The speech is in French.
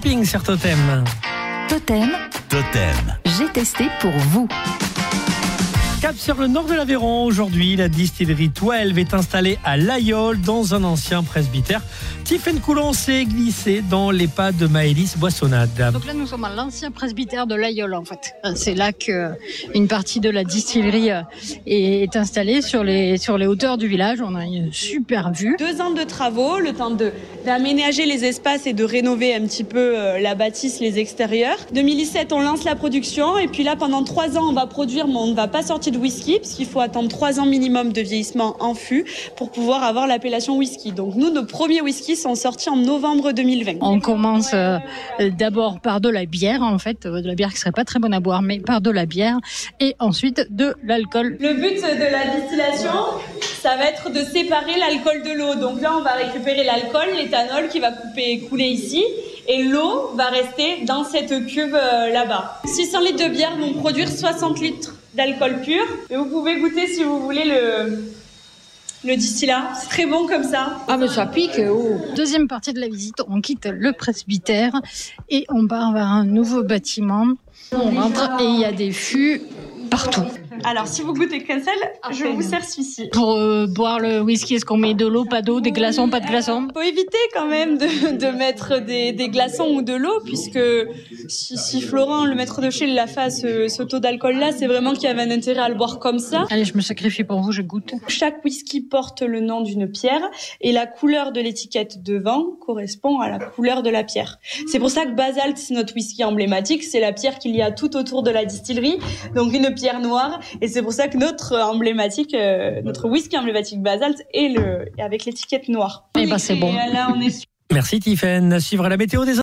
camping sur Totem. Totem, j'ai testé pour vous. Cap sur le nord de l'Aveyron. Aujourd'hui, la distillerie 12 est installée à Laguiole dans un ancien presbytère. Tiffaine Coulon s'est glissée dans les pas de Maëlys Boissonnade. Donc là, nous sommes à l'ancien presbytère de Laguiole, en fait. C'est là qu'une partie de la distillerie est installée sur les hauteurs du village. On a une super vue. 2 ans de travaux, le temps d'aménager les espaces et de rénover un petit peu la bâtisse, les extérieurs. 2017, on lance la production et puis là, pendant 3 ans, on va produire, mais on ne va pas sortir de whisky parce qu'il faut attendre 3 ans minimum de vieillissement en fût pour pouvoir avoir l'appellation whisky. Donc nous, nos premiers whiskies sont sortis en novembre 2020. On commence d'abord par de la bière, en fait, de la bière qui serait pas très bonne à boire, mais par de la bière, et ensuite de l'alcool. Le but de la distillation, ça va être de séparer l'alcool de l'eau. Donc là, on va récupérer l'alcool, l'éthanol qui va couler ici, et l'eau va rester dans cette cuve là-bas. 600 litres de bière vont produire 60 litres d'alcool pur. Et vous pouvez goûter si vous voulez le distillat. C'est très bon comme ça. Ah mais ça pique. Oh. Deuxième partie de la visite, on quitte le presbytère et on part vers un nouveau bâtiment. On rentre et il y a des fûts partout. Alors, si vous goûtez qu'un seul, je vous sers celui-ci. Pour boire le whisky, est-ce qu'on met de l'eau, pas d'eau, des glaçons, pas de glaçons? Faut éviter quand même de mettre des glaçons ou de l'eau, puisque si Florent, le maître de chez, l'a fait à ce taux d'alcool-là, c'est vraiment qu'il y avait un intérêt à le boire comme ça. Allez, je me sacrifie pour vous, je goûte. Chaque whisky porte le nom d'une pierre et la couleur de l'étiquette devant correspond à la couleur de la pierre. C'est pour ça que Basalt, c'est notre whisky emblématique, c'est la pierre qu'il y a tout autour de la distillerie, donc une pierre noire. Et c'est pour ça que notre whisky emblématique Basalt est avec l'étiquette noire. Eh ben c'est bon. Et là, on est... Merci Tiffaine. Suivre la météo des